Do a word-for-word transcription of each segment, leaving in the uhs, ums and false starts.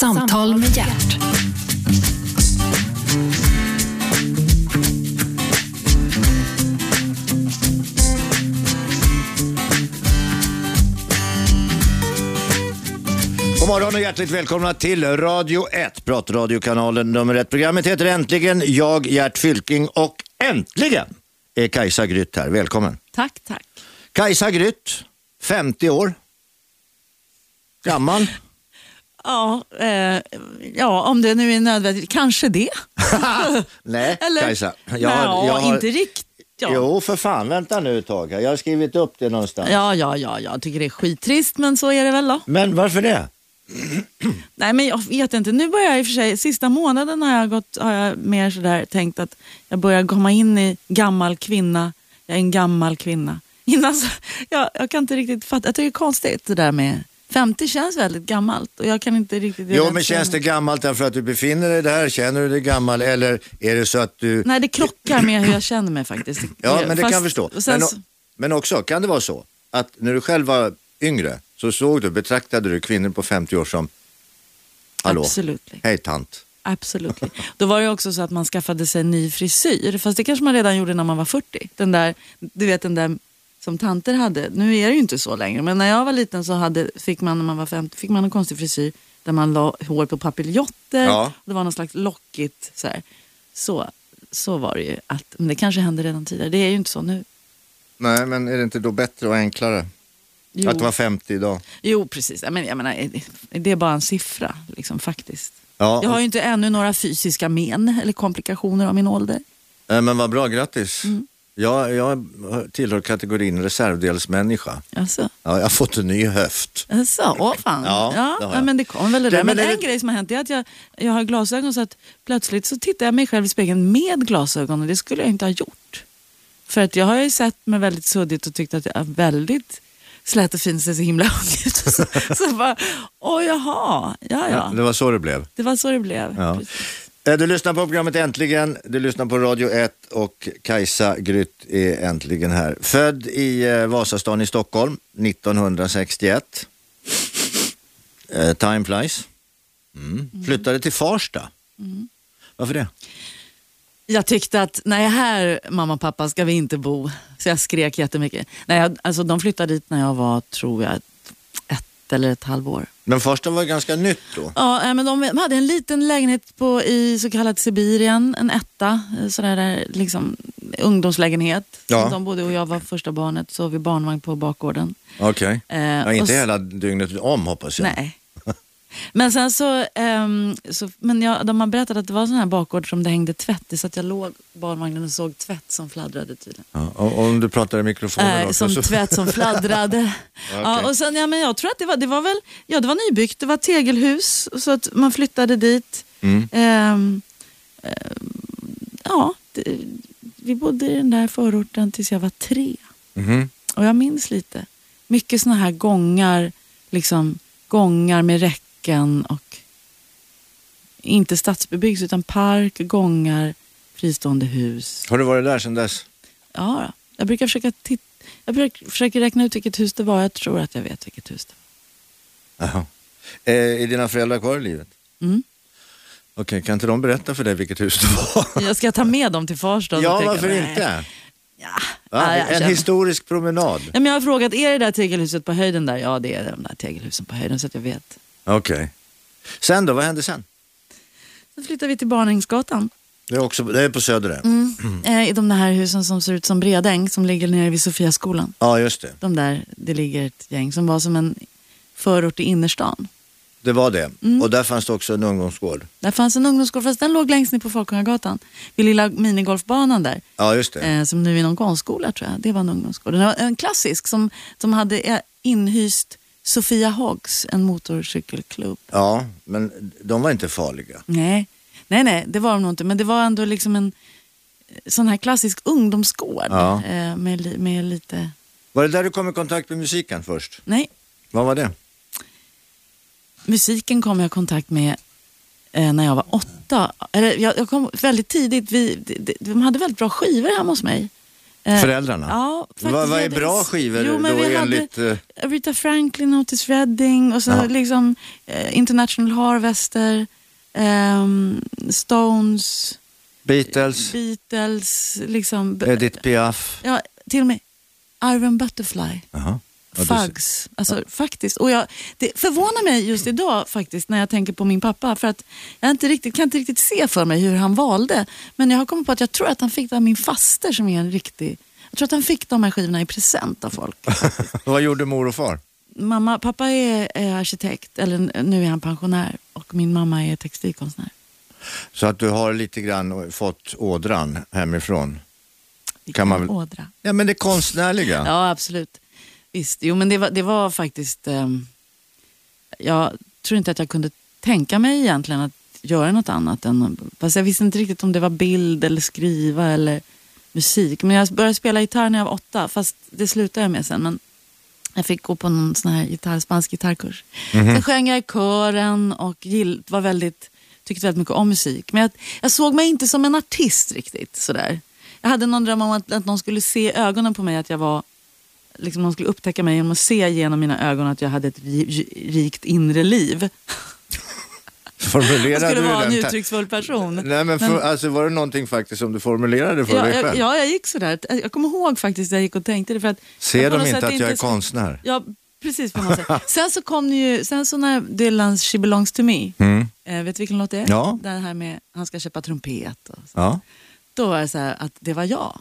Samtal med Hjärt. God morgon och hjärtligt välkomna till Radio ett, pratradiokanalen nummer ett. Programmet heter Äntligen, jag Gert Fylking och äntligen är Kajsa Grytt här. Välkommen. Tack, tack. Kajsa Grytt, femtio år. Gammal. Ja, eh, ja, om det nu är nödvändigt. Kanske det. Nej, Eller, Kajsa. Jag, nej, har, jag har, inte riktigt. Ja. Jo, för fan. Vänta nu ett tag. Jag har skrivit upp det någonstans. Ja, ja, ja, jag tycker det är skittrist, men så är det väl då. Men varför det? Nej, men jag vet inte. Nu börjar jag i och för sig, sista månaden har jag gått, har jag mer sådär tänkt att jag börjar komma in i gammal kvinna. Jag är en gammal kvinna. Innan så, jag, jag kan inte riktigt fatta. Jag tycker det är konstigt det där med femtio känns väldigt gammalt och jag kan inte riktigt... Jo, men känns det gammalt därför att du befinner dig där? Känner du dig gammal eller är det så att du... Nej, det krockar med hur jag känner mig faktiskt. Ja, men det Fast, kan jag förstå. Sen, Men, men också, kan det vara så att när du själv var yngre så såg du, betraktade du kvinnor på femtio år som hallå, absolut. hej tant. Absolut. Då var det också så att man skaffade sig en ny frisyr. Fast det kanske man redan gjorde när man var fyrtio. Den där, du vet den där som tanter hade. Nu är det ju inte så längre. Men när jag var liten så hade, fick man när man var femtio fick man en konstig frisyr. Där man la hår på papiljotter. Ja. Det var någon slags lockigt. Så, här. så, så var det ju. Att, men det kanske hände redan tidigare. Det är ju inte så nu. Nej, men är det inte då bättre och enklare? Jo. Att vara femtio idag? Jo, precis. Jag menar, jag menar, det är bara en siffra, liksom, faktiskt. Ja. Jag har ju inte ännu några fysiska men eller komplikationer av min ålder. Äh, men vad bra, grattis. Mm. Jag, jag tillhör kategorin reservdelsmänniska. Alltså. Ja, jag har fått en ny höft. Alltså, åh fan. Ja, ja, det har ja jag. men det kom väl det Det- där. Men, men är en det- grej som har hänt är att jag, jag har glasögon så att plötsligt så tittar jag mig själv i spegeln med glasögon och det skulle jag inte ha gjort. För att jag har ju sett mig väldigt suddigt och tyckt att jag är väldigt slät och fin, ser så himla ung ut. Så, så bara, åh jaha, ja Ja, ja. det var så det blev. Det var så det blev. Ja. Precis. Eh, Du lyssnar på programmet Äntligen, du lyssnar på Radio ett och Kajsa Grytt är äntligen här. Född i eh, Vasastan i Stockholm nittonhundrasextioett. Eh, time flies. Mm. Flyttade till Farsta. Mm. Varför det? Jag tyckte att, nej här mamma och pappa ska vi inte bo. Så jag skrek jättemycket. Nej, jag, alltså, de flyttade dit när jag var, tror jag, ett eller ett halvår. Men Farsta var ganska nytt då. Ja, men de, de hade en liten lägenhet på, i så kallad Sibirien, en etta, sådär där, liksom ungdomslägenhet. Ja. De bodde och jag var första barnet, så vi barnvagn på bakgården. Okej. Eh, Ja, och inte s- hela dygnet om hoppas jag. Nej. Men sen så, ehm, så men jag, de har berättat att det var en sån här bakgård som det hängde tvätt i, så att jag låg i barnvagnen och såg tvätt som fladdrade tydligen. Ja, och om du pratar i mikrofonen Äh, också, som så... tvätt som fladdrade. Ja, och sen, ja, men jag tror att det var, det var väl, ja det var nybyggt, det var tegelhus så att man flyttade dit. Mm. Ehm, ehm, ja, det, vi bodde i den där förorten tills jag var tre. Mhm. Och jag minns lite. Mycket såna här gångar, liksom gångar med räcken och inte stadsbebyggelse utan park, gångar, fristående hus. Har du varit där sedan dess? Ja, då. Jag brukar försöka titta, jag brukar försöka räkna ut vilket hus det var. Jag tror att jag vet vilket hus det var. Jaha. Eh, är dina föräldrar kvar i livet? Mm. Okej, kan inte de berätta för dig vilket hus det var? Jag ska ta med dem till Farstad. Ja, och tänka, varför nej. inte? Ja. Va? Ja, jag en känner- historisk promenad. Ja, men jag har frågat, är det där tegelhuset på höjden där? Ja, det är de där tegelhusen på höjden så att jag vet. Okej. Sen då, vad hände sen? Sen flyttar vi till Barningsgatan. Det är, också, det är på Söder där. Mm. Eh, I de här husen som ser ut som Bredäng som ligger nere vid Sofiaskolan. Ja, just det. De där, det ligger ett gäng som var som en förort i innerstan. Det var det. Mm. Och där fanns det också en ungdomsgård. Där fanns en ungdomsgård, fast den låg längst ner på Folkungagatan. Vid lilla minigolfbanan där. Ja, just det. Eh, som nu är någon konstskola tror jag. Det var en ungdomsgård. Det var en klassisk som, som hade eh, inhyst Sofia Hoggs, en motorcykelklubb. Ja, men de var inte farliga. Nej, nej, nej, det var de nog inte. Men det var ändå liksom en sån här klassisk ungdomsgård. Ja. Eh, med, li- med lite... Var det där du kom i kontakt med musiken först? Nej, Vad var det? musiken kom jag i kontakt med eh, när jag var åtta. Eller, jag, jag kom väldigt tidigt. Vi, de, de, de hade väldigt bra skivor hemma hos mig. Föräldrarna? Ja, faktiskt. Vad, vad är bra skivor jo, men då vi enligt... hade Aretha Franklin, Otis Redding och så Ja. liksom eh, International Harvester, ehm, Stones, Beatles, Beatles, liksom... Edith Piaf. Ja, till och med Iron Butterfly. Jaha. Ja, du- Fugs, alltså faktiskt. Och jag, det förvånar mig just idag faktiskt när jag tänker på min pappa, för att jag inte riktigt, kan inte riktigt se för mig hur han valde. Men jag har kommit på att jag tror att han fick det av min faster som är en riktig... Jag tror att han fick de här skivorna i present av folk. Vad gjorde mor och far? Mamma, pappa är, är arkitekt, eller nu är han pensionär, och min mamma är textilkonstnär. Så att du har lite grann fått ådran hemifrån. Vilken Kan man väl- ådra. Ja, men det konstnärliga. Ja, absolut. Visst, jo men det var, det var faktiskt... ehm, jag tror inte att jag kunde tänka mig egentligen att göra något annat än... Fast jag visste inte riktigt om det var bild eller skriva eller musik. Men jag började spela gitarr när jag var åtta, fast det slutade jag med sen. Men jag fick gå på någon sån här gitarr, spansk gitarrkurs. Mhm. Sen sjöng jag i kören och gill, var väldigt, tyckte väldigt mycket om musik. Men jag, jag såg mig inte som en artist riktigt sådär. Jag hade någon dröm om att, att någon skulle se ögonen på mig, att jag var... Liksom någon skulle upptäcka mig genom att se genom mina ögon att jag hade ett ri- rikt inre liv. Formulerade Jag skulle du vara en den ta- uttrycksfull person. Nej, men, för, Men- alltså, var det någonting faktiskt som du formulerade för Ja, dig jag, själv? ja, jag gick sådär. Jag kommer ihåg faktiskt att jag gick och tänkte det. För att Ser jag på de något inte sätt att jag är ska- konstnär? Ja, precis på något sätt. Sen så kom det ju, sen så när Dylans She Belongs to Me, Mm. eh, vet du vilken låt det är? Ja. Den här med, han ska köpa trumpet och så. Ja. Då var det så här att det var jag.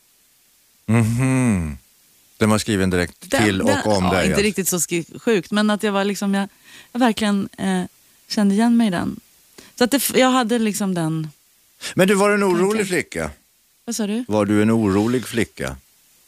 Mhm. Den var skriven direkt Den- till och den- om ja, dig. inte alltså. riktigt så sk- sjukt, men att jag var liksom, jag, jag verkligen eh, kände igen mig i den. Så att det, jag hade liksom den, Men du, var en orolig Tanken. flicka? vad sa du? Var du en orolig flicka?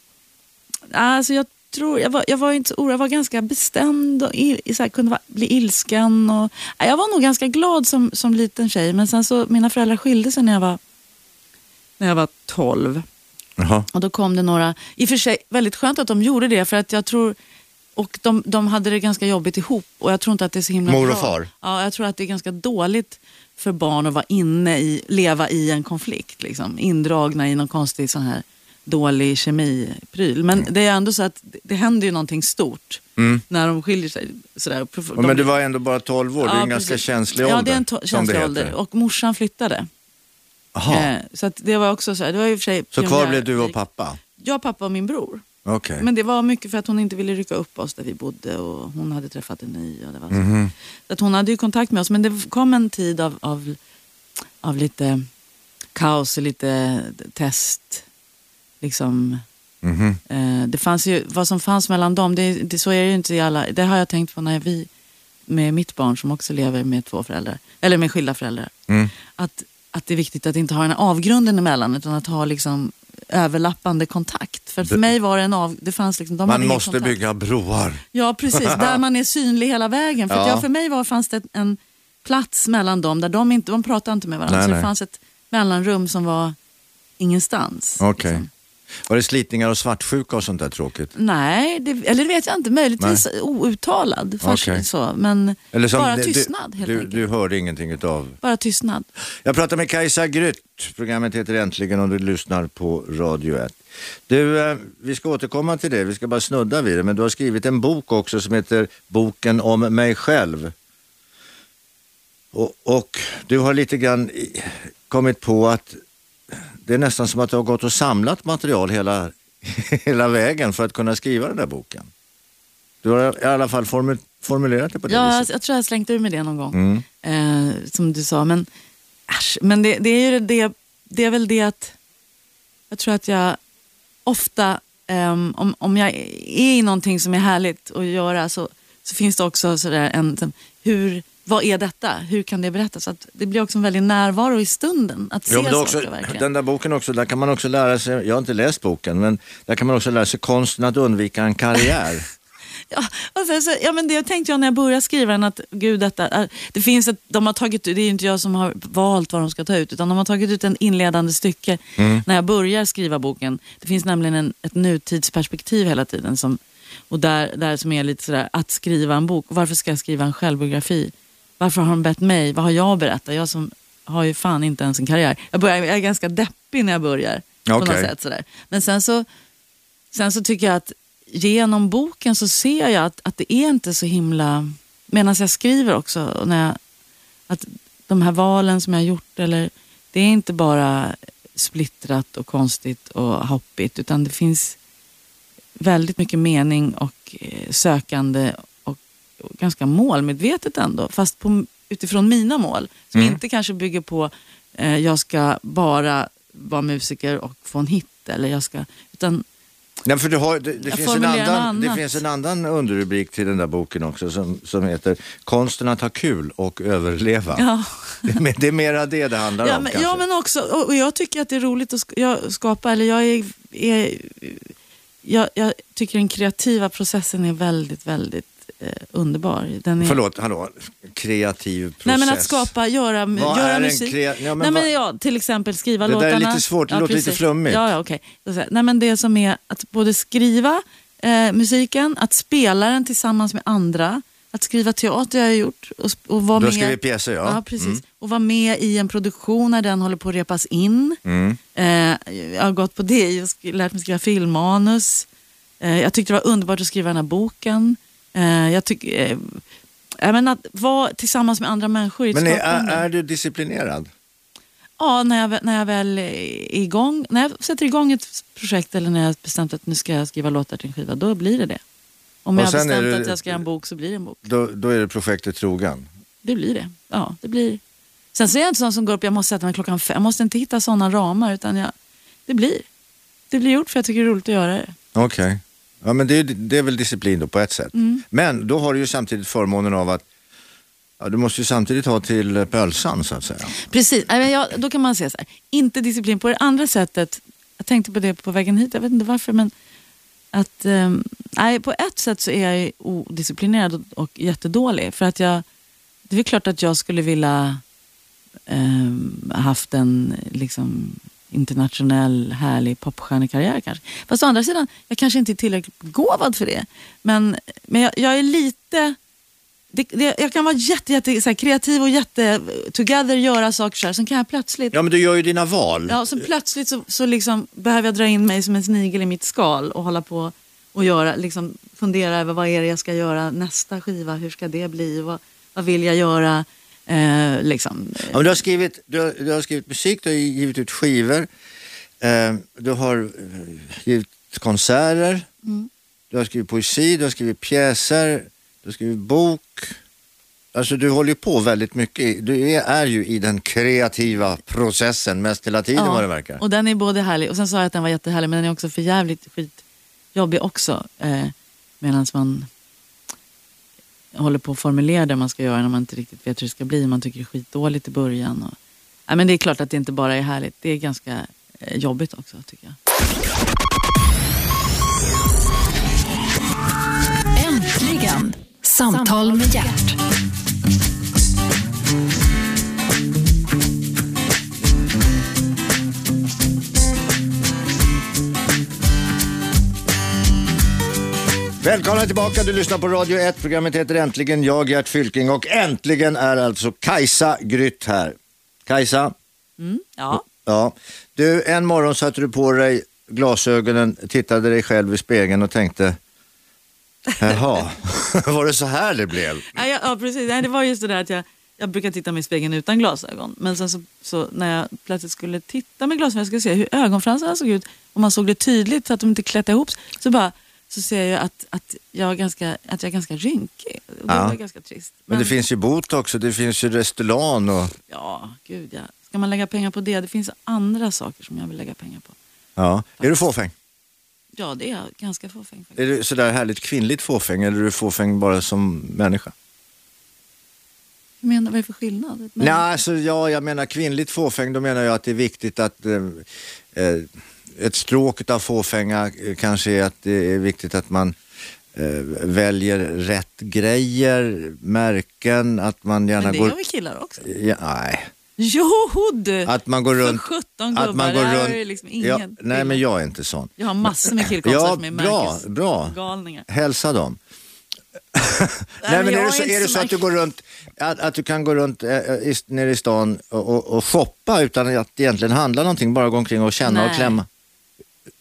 Alltså jag tror, jag var, jag var inte så orolig, jag var ganska bestämd och il, så här, kunde vara, bli ilsken. Och, ja, jag var nog ganska glad som, som liten tjej, men sen så, mina föräldrar skilde sig när jag var, när jag var tolv. Jaha. Och då kom det några, i och för sig väldigt skönt att de gjorde det, för att jag tror, och de, de hade det ganska jobbigt ihop, och jag tror inte att det är så himla Mor bra. och far? Ja, jag tror att det är ganska dåligt för barn att vara inne i, leva i en konflikt, liksom, indragna i någon konstig sån här dålig kemipryl. Men det är ändå så att det, det händer ju någonting stort Mm. när de skiljer sig. Sådär. Ja, men du var ändå bara tolv år, det är en ganska precis. känslig ålder. Ja, det är en to- som känslig det ålder. heter. Och morsan flyttade. Jaha. Eh, så att det var också så här, det var i och för sig Så kvar pionjär- blev du och pappa? Jag, pappa och min bror. Okej. Men det var mycket för att hon inte ville rycka upp oss där vi bodde, och hon hade träffat en ny. Och det var så. Mhm. Så att hon hade ju kontakt med oss, men det kom en tid av, av, av lite kaos och lite test. Liksom, Mhm. eh, det fanns ju, vad som fanns mellan dem, det, det, så är det ju inte i alla. Det har jag tänkt på när vi, med mitt barn som också lever med två föräldrar, eller med skilda föräldrar. Mm. Att, att det är viktigt att inte ha den här avgrunden emellan, utan att ha liksom överlappande kontakt. För för Det- mig var det en av, det fanns liksom, de hade Man ingen måste kontakt. bygga broar. Ja, precis. Där man är synlig hela vägen. För, att Ja. jag, för mig var, fanns det en plats mellan dem där de inte, de pratade inte med varandra. Nej, så nej. det fanns ett mellanrum som var ingenstans. Okej. liksom. Var det slitningar och svartsjuka och sånt där tråkigt? Nej, det, eller det vet jag inte. Möjligtvis outtalad. Fast Okej. så, men Eller som bara du- tystnad helt du, enkelt. du hörde ingenting utav. Bara tystnad. Jag pratar med Kajsa Grytt. Programmet heter Äntligen och du lyssnar på Radio ett. Du, eh, vi ska återkomma till det. Vi ska bara snudda vid det. Men du har skrivit en bok också som heter Boken om mig själv. Och, och du har lite grann i- kommit på att det är nästan som att du har gått och samlat material hela, hela vägen för att kunna skriva den där boken. Du har i alla fall formu- formulerat det på det Ja, jag, viset. jag tror jag slängde ur med det någon gång. Mm. Eh, som du sa. Men, äsch, men det, det är ju det, det är väl det att jag tror att jag ofta, ehm, om, om jag är i någonting som är härligt att göra, så, så finns det också sådär en, en hur, vad är detta? Hur kan det berättas? Så att det blir också en väldig närvaro i stunden. Att se Jo, men det är saker också, verkligen. den där boken också, där kan man också lära sig, jag har inte läst boken, men där kan man också lära sig konsten att undvika en karriär. Ja, och sen, så, ja, men det tänkte jag när jag började skriva den, att gud, detta, är- det finns ett, de har tagit, det är ju inte jag som har valt vad de ska ta ut, utan de har tagit ut en inledande stycke när jag börjar skriva boken. Det finns nämligen en, ett nutidsperspektiv hela tiden som, och där, där som är lite sådär, att skriva en bok. Varför ska jag skriva en självbiografi? Varför har de bett mig? Vad har jag berättat? Jag som har ju fan inte ens en karriär. Jag, börjar, jag är ganska deppig när jag börjar. Okay. På något sätt sådär. Men sen så, sen så tycker jag att genom boken så ser jag att, att det är inte så himla... Medan jag skriver också, när jag, att de här valen som jag har gjort, eller, det är inte bara splittrat och konstigt och hoppigt, utan det finns väldigt mycket mening och eh, sökande och, och ganska målmedvetet ändå, fast på, utifrån mina mål, som mm. inte kanske bygger på eh, jag ska bara vara musiker och få en hit, eller jag ska, utan Nej, för du har, det, det, finns en annan, det finns en annan underrubrik till den där boken också som, som heter Konsten att ha kul och överleva. Ja. det, det är mera det det handlar ja, om. Men, kanske. ja, men också, och, och jag tycker att det är roligt att sk- skapa, eller jag är, är jag, jag tycker den kreativa processen är väldigt, väldigt eh, underbar. Den är... Förlåt, hallå, kreativ process. Nej, men att skapa, göra, göra musik. Krea... Ja, men Nej, men va... ja, till exempel skriva det låtarna. Det där är lite svårt, det ja, låter precis. Lite flummigt. Ja, ja, okej. Okay. Nej, men det som är att både skriva eh, musiken, att spela den tillsammans med andra, att skriva teater jag har gjort. Och, och vara du har med... skrivit pjäser, ja. Ja, precis. Mm. Och vara med i en produktion när den håller på att repas in. Mm. Eh, jag har gått på det, jag har lärt mig skriva filmmanus. Eh, jag tyckte det var underbart att skriva den här boken. Eh, jag tycker... Eh, Jag menar, att vara tillsammans med andra människor i ett Men är, skapande. är du disciplinerad? Ja, när jag, när jag väl är igång, när jag sätter igång ett projekt eller när jag har bestämt att nu ska jag skriva låtar till en skiva, då blir det det. Om Och jag har bestämt det, att jag ska göra en bok, så blir det en bok. Då, då är det projektet trogen? Det blir det, ja, det blir. Sen så är jag inte sån som går upp, jag måste sätta mig klockan fem, jag måste inte hitta sådana ramar, utan jag, det blir. Det blir gjort för jag tycker det är roligt att göra det. Okej. Okay. Ja, men det är, det är väl disciplin då på ett sätt. Mm. Men då har du ju samtidigt förmånen av att ja, du måste ju samtidigt ha till pölsan så att säga. Precis, ja, då kan man säga så här. Inte disciplin på det andra sättet. Jag tänkte på det på vägen hit, jag vet inte varför, men att um, nej, på ett sätt så är jag odisciplinerad och, och jättedålig. För att jag, det är klart att jag skulle vilja um, haft en liksom internationell härlig popstjärnekarriär kanske. Fast å andra sidan, jag kanske inte är tillräckligt begåvad för det. Men, men jag, jag är lite... Det, det, jag kan vara jätte, jätte så här, kreativ och jätte together göra saker så här. Sen kan jag plötsligt... Ja, men du gör ju dina val. Ja, så plötsligt så, så liksom behöver jag dra in mig som en snigel i mitt skal och hålla på och göra, liksom fundera över vad är det jag ska göra nästa skiva, hur ska det bli, vad, vad vill jag göra, eh, liksom. Ja, men du har skrivit, du har, du har skrivit musik, du har givit ut skivor, eh, du har givit konserter, mm. du har skrivit poesi, du har skrivit pjäser, du har skrivit bok. Alltså du håller ju på väldigt mycket. Du är, är ju i den kreativa processen mest hela tiden, ja, vad det verkar. Och den är både härlig, och sen sa jag att den var jättehärlig, men den är också för jävligt skitjobbig också. Eh, Medan man håller på att formulera det man ska göra när man inte riktigt vet hur det ska bli. Man tycker det är skitdåligt i början. Och, ja, men det är klart att det inte bara är härligt. Det är ganska eh, jobbigt också, tycker jag. Äntligen! Samtal med hjärt. Välkomna tillbaka, du lyssnar på Radio ett. Programmet heter Äntligen, jag Gert Fylking. Och äntligen är alltså Kajsa Grytt här. Kajsa? Mm, ja. Ja. Du, en morgon satte du på dig glasögonen, tittade dig själv i spegeln och tänkte... Jaha, var det så här det blev? Ja, ja, precis. Nej, det var just det där att jag, jag brukar titta mig i spegeln utan glasögon. Men sen så, så när jag plötsligt skulle titta med glasögon, jag skulle se hur ögonfransarna såg ut, och man såg det tydligt så att de inte klättade ihop, så bara så ser jag att, att, jag är ganska, att jag är ganska rynkig. Och det ja. var ganska trist. Men, Men det finns ju bot också, det finns ju Restylane och... Ja, gud ja. Ska man lägga pengar på det? Det finns andra saker som jag vill lägga pengar på. Ja, faktiskt. Är du fåfäng? Ja, det är jag. Ganska fåfäng faktiskt. Är du sådär härligt kvinnligt fåfäng, eller är du fåfäng bara som människa? Jag menar, vad är det för skillnad? Nej, alltså, ja, jag menar kvinnligt fåfäng, då menar jag att det är viktigt att... Eh, eh, ett stråk av fåfänga kanske är att det är viktigt att man eh, väljer rätt grejer, märken, att man gärna Men det går... gör vi killar också. Ja, nej. Jo, du! Att man går runt... För sjutton gubbar, att man går det runt, är liksom ingen... Ja, nej, men jag är inte sån. Jag har massor med killkompisar ja, som är bra, bra. galningar. Hälsa dem. Nej, nej, men är det så, är det så att du går runt, att, att du kan gå runt äh, i, nere i stan och, och, och shoppa utan att egentligen handla någonting, bara gå omkring och känna nej. och klämma?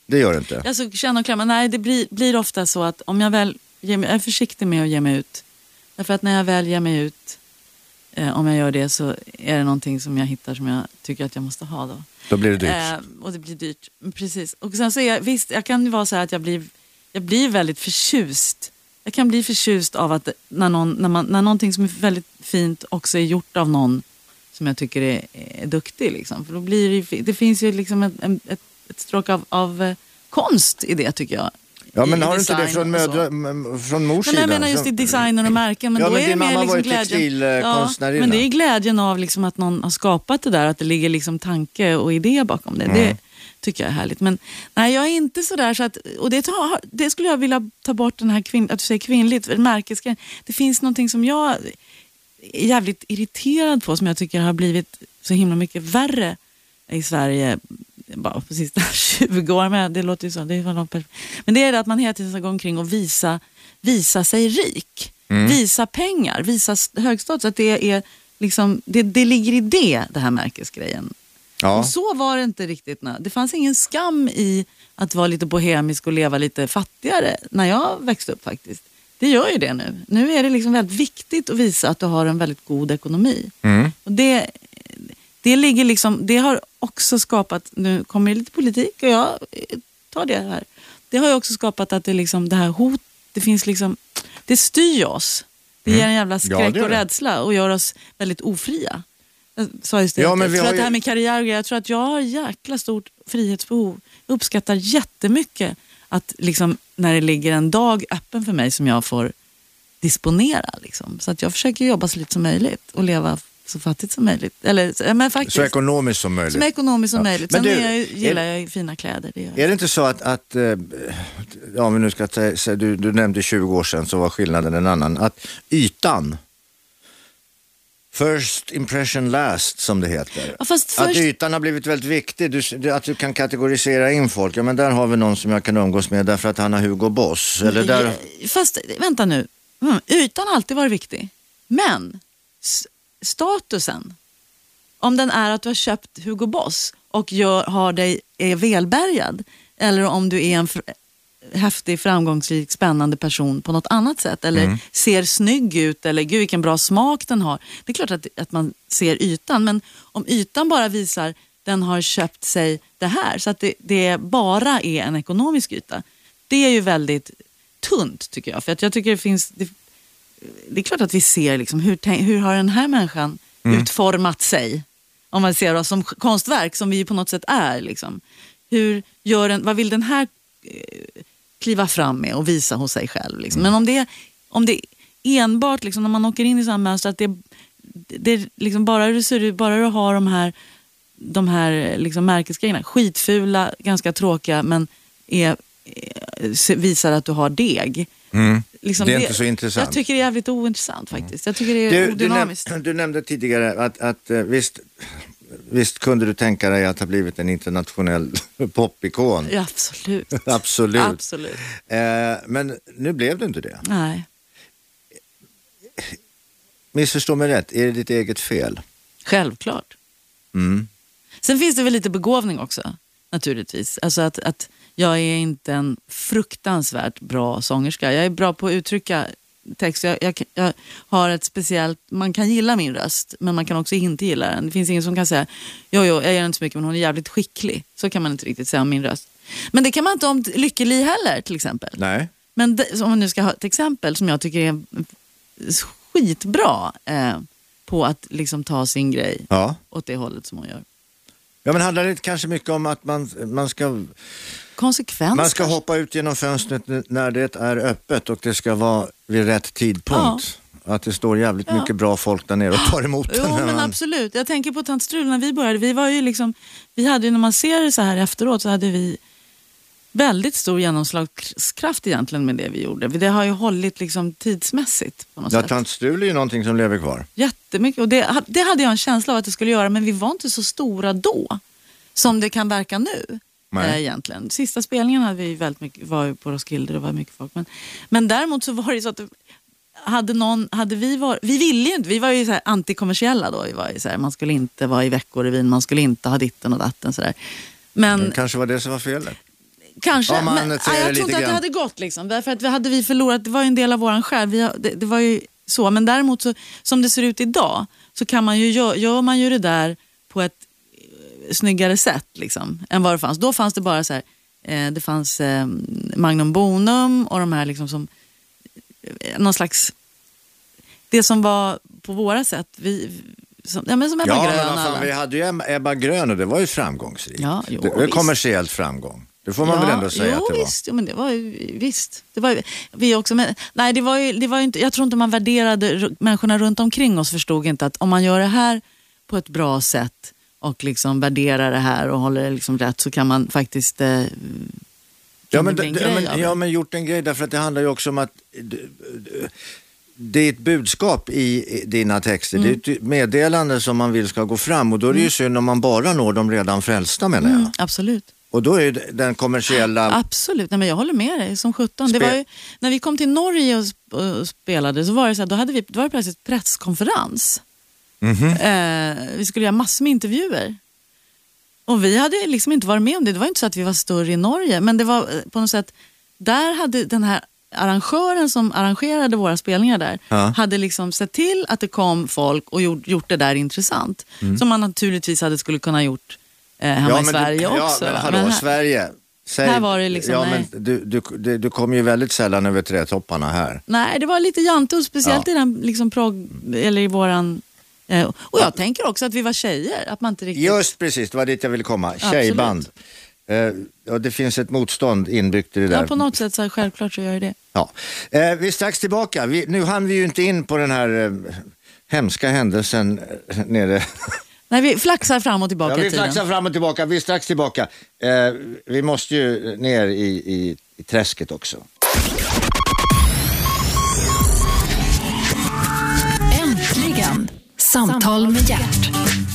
Det gör det inte. Alltså känna och klämma, nej det blir, blir ofta så att om jag väl ger mig, jag är försiktig med att ge mig ut. Därför att när jag väl ger mig ut, eh, om jag gör det så är det någonting som jag hittar som jag tycker att jag måste ha då. Då blir det dyrt. Eh, och det blir dyrt, precis. Och sen så är jag, visst, jag kan ju vara så här att jag blir, jag blir väldigt förtjust. Jag kan bli förtjust av att när, någon, när, man, när någonting som är väldigt fint också är gjort av någon som jag tycker är, är duktig. Liksom. För då blir det, det finns ju liksom ett, ett, ett stråk av, av eh, konst i det tycker jag. Ja, men I, har i du inte det från, mödra, från mors sida? Jag menar just i designer och märken. Men ja, då men är det din mer mamma liksom var ju glädjen. textilkonstnärina. Ja, men det är glädjen av liksom att någon har skapat det där. Att det ligger liksom tanke och idé bakom det. Mm. Det tycker jag är härligt. Men nej, jag är inte så där så att, och det, tar, det skulle jag vilja ta bort den här kvinn, att du säger kvinnligt, märkesgrejen. Det finns någonting som jag är jävligt irriterad på som jag tycker har blivit så himla mycket värre i Sverige bara på sista tjugo år, men det låter ju så, det är långt perspektiv. Men det är det att man hela tiden ska gå omkring och visa, visa sig rik, mm. visa pengar, visa högstatus, att det är liksom, det, det ligger i det, det här märkesgrejen. Ja. Och så var det inte riktigt. När. Det fanns ingen skam i att vara lite bohemisk och leva lite fattigare när jag växte upp faktiskt. Det gör ju det nu. Nu är det liksom väldigt viktigt att visa att du har en väldigt god ekonomi. Mm. Och det, det ligger liksom, det har också skapat, nu kommer det lite politik och jag tar det här. Det har ju också skapat att det liksom, det här hot, det finns liksom, det styr oss. Det ger en jävla skräck ja, och rädsla och gör oss väldigt ofria. Så just det. Ja, men vi för har att ju... det här med karriär, jag tror att jag har jäkla stort frihetsbehov. Jag uppskattar jättemycket att liksom, när det ligger en dag öppen för mig som jag får disponera. Liksom. Så att jag försöker jobba så lite som möjligt och leva så fattigt som möjligt. Eller, men faktiskt, så ekonomiskt som möjligt. Så ekonomiskt som ja. möjligt. Sen du, är jag, gillar är, jag fina kläder. Det är det inte så att, att ja, men nu ska jag säga, du, du nämnde tjugo år sedan så var skillnaden en annan. Att ytan, first impression last som det heter. Ja, fast först... Att ytan har blivit väldigt viktig. Du, att du kan kategorisera in folk. Ja, men där har vi någon som jag kan umgås med därför att han har Hugo Boss. Eller där... Fast vänta nu. Mm, ytan har alltid varit viktig. Men statusen, om den är att du har köpt Hugo Boss och gör, har dig, är välbärgad, eller om du är en fr- häftig, framgångsrik, spännande person på något annat sätt, eller mm. ser snygg ut, eller gud vilken bra smak den har. Det är klart att, att man ser ytan, men om ytan bara visar den har köpt sig det här, så att det, det bara är en ekonomisk yta, det är ju väldigt tunt tycker jag. För att jag tycker det finns, det, det är klart att vi ser liksom, hur, hur har den här människan mm. utformat sig, om man ser oss som konstverk som vi på något sätt är liksom. Hur gör den, vad vill den här kliva fram med och visa hos sig själv liksom. Men om det, om det enbart liksom, när man åker in i samma mönster att det, det liksom bara du ser ut, bara du har de här de här liksom märkesgrejerna, skitfula, ganska tråkiga, men är, visar att du har deg. Mm. Liksom det är det, inte så intressant. Jag tycker det är jävligt ointressant faktiskt. Jag tycker det är du, odynamiskt. Du, näm- du nämnde tidigare att, att visst, visst kunde du tänka dig att ha blivit en internationell popikon. Ja, absolut. absolut. absolut. Eh, men nu blev du inte det. Nej. Missförstå mig rätt, är det ditt eget fel? Självklart. Mm. Sen finns det väl lite begåvning också, naturligtvis. Alltså att, att jag är inte en fruktansvärt bra sångerska. Jag är bra på att uttrycka text. Jag, jag, jag har ett speciellt, man kan gilla min röst, men man kan också inte gilla den. Det finns ingen som kan säga, jo, jo, jag gör inte så mycket, men hon är jävligt skicklig. Så kan man inte riktigt säga om min röst. Men det kan man inte om Lykke Li heller, till exempel. Nej. Men det, om man nu ska ha ett exempel som jag tycker är skitbra eh, på att liksom ta sin grej ja. åt det hållet som hon gör. Ja, men handlar det kanske mycket om att man, man ska... Konsekvens. Man ska hoppa ut genom fönstret när det är öppet och det ska vara vid rätt tidpunkt. Ja. Att det står jävligt ja. mycket bra folk där nere och tar emot den. Jo, men man... absolut. Jag tänker på Tant Strul när vi började. Vi var ju liksom, vi hade ju, när man ser det så här efteråt, så hade vi väldigt stor genomslagskraft egentligen med det vi gjorde. Det har ju hållit liksom tidsmässigt på något ja, sätt. Tant Strul är ju någonting som lever kvar. Jättemycket. Och det, det hade jag en känsla av att det skulle göra, men vi var inte så stora då som det kan verka nu. Äh, egentligen. Sista spelningen hade vi väldigt mycket, var ju på Roskilde, det var mycket folk. Men, men däremot så var det så att hade någon, hade vi var, vi ville ju inte, vi var ju så här antikommersiella då, vi var ju så här, man skulle inte vara i Veckorevyn, man skulle inte ha ditten och datten så där. Men det kanske var det som var felet. Kanske, Ja, man men ser nej, det jag tror lite inte att det grann. hade gått liksom. Därför att vi hade vi förlorat, det var ju en del av våran själ. Vi, har- det, det var ju så, men däremot så, som det ser ut idag så kan man ju, gör, gör man ju det där på ett eh, snyggare sätt liksom, än vad det fanns. Då fanns det bara så här, eh, det fanns eh, Magnum Bonum och de här liksom som eh, någon slags, det som var på våra sätt, vi, som, ja, men som Ebba Ja, Grön. men vad fan, alla. vi hade ju Ebba Grön och det var ju framgångsrikt. Ja, jo, det var visst. kommersiellt framgång. Det får man Ja, väl ändå säga jo, att det var. visst. Jo, men det var ju, visst. Det var ju, vi också, men, nej, det var ju, det var ju inte, jag tror inte man värderade, r- människorna runt omkring oss förstod inte att om man gör det här på ett bra sätt och liksom värderar det här och håller det liksom rätt, så kan man faktiskt eh, Ja kan men, det bli en d- grej men, av det. ja, men gjort en grej därför att det handlar ju också om att d- d- det är ett budskap i i dina texter. Mm. Det är ett meddelande som man vill ska gå fram och då är det ju synd om man bara når de redan frälsta, menar jag. Mm, absolut. Och då är det den kommersiella... Absolut, nej, men jag håller med dig som sjutton. Det Spe- var ju, när vi kom till Norge och, sp- och spelade så var det så här, då hade vi, då var det plötsligt presskonferens. Mhm. Eh, vi skulle göra massor med intervjuer. Och vi hade liksom inte varit med om det. Det var inte så att vi var större i Norge. Men det var eh, på något sätt, där hade den här arrangören som arrangerade våra spelningar där, Ja. hade liksom sett till att det kom folk och gjort, gjort det där intressant. Som man naturligtvis hade skulle kunna gjort eh, hemma i men Sverige du, också. Ja, men hallå, här- Sverige. Säg, här var det liksom, ja, nej. men du, du, du, du kommer ju väldigt sällan över trätopparna här. Nej, det var lite jantos, speciellt Ja. i den liksom prog, eller i våran... Eh, och jag tänker också att vi var tjejer, att man inte riktigt... Just precis, det var dit jag ville komma. Tjejband. Eh, och det finns ett motstånd inbyggt i det där. Ja, på något sätt så här, självklart så gör jag det. Ja. Eh, vi är strax tillbaka. Vi, nu hann vi ju inte in på den här eh, hemska händelsen eh, nere. Nej, vi flaxar fram och tillbaka Ja, vi i tiden. flaxar fram och tillbaka. Vi är strax tillbaka. Eh, vi måste ju ner i, i, i träsket också. Äntligen. Samtal med hjärt.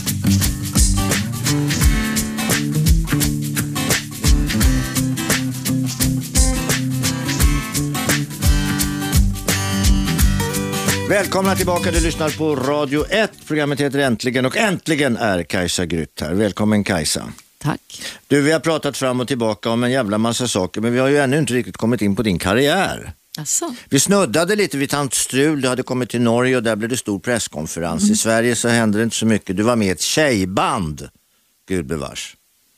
Välkomna tillbaka, du lyssnar på Radio ett. Programmet heter Äntligen och äntligen är Kajsa Grytt här. Välkommen Kajsa. Tack. Du, vi har pratat fram och tillbaka om en jävla massa saker, men vi har ju ännu inte riktigt kommit in på din karriär. Alltså. Vi snuddade lite vid Tant Strul, du hade kommit till Norge och där blev det stor presskonferens. Mm. I Sverige så hände det inte så mycket. Du var med i ett tjejband, Gud bevars.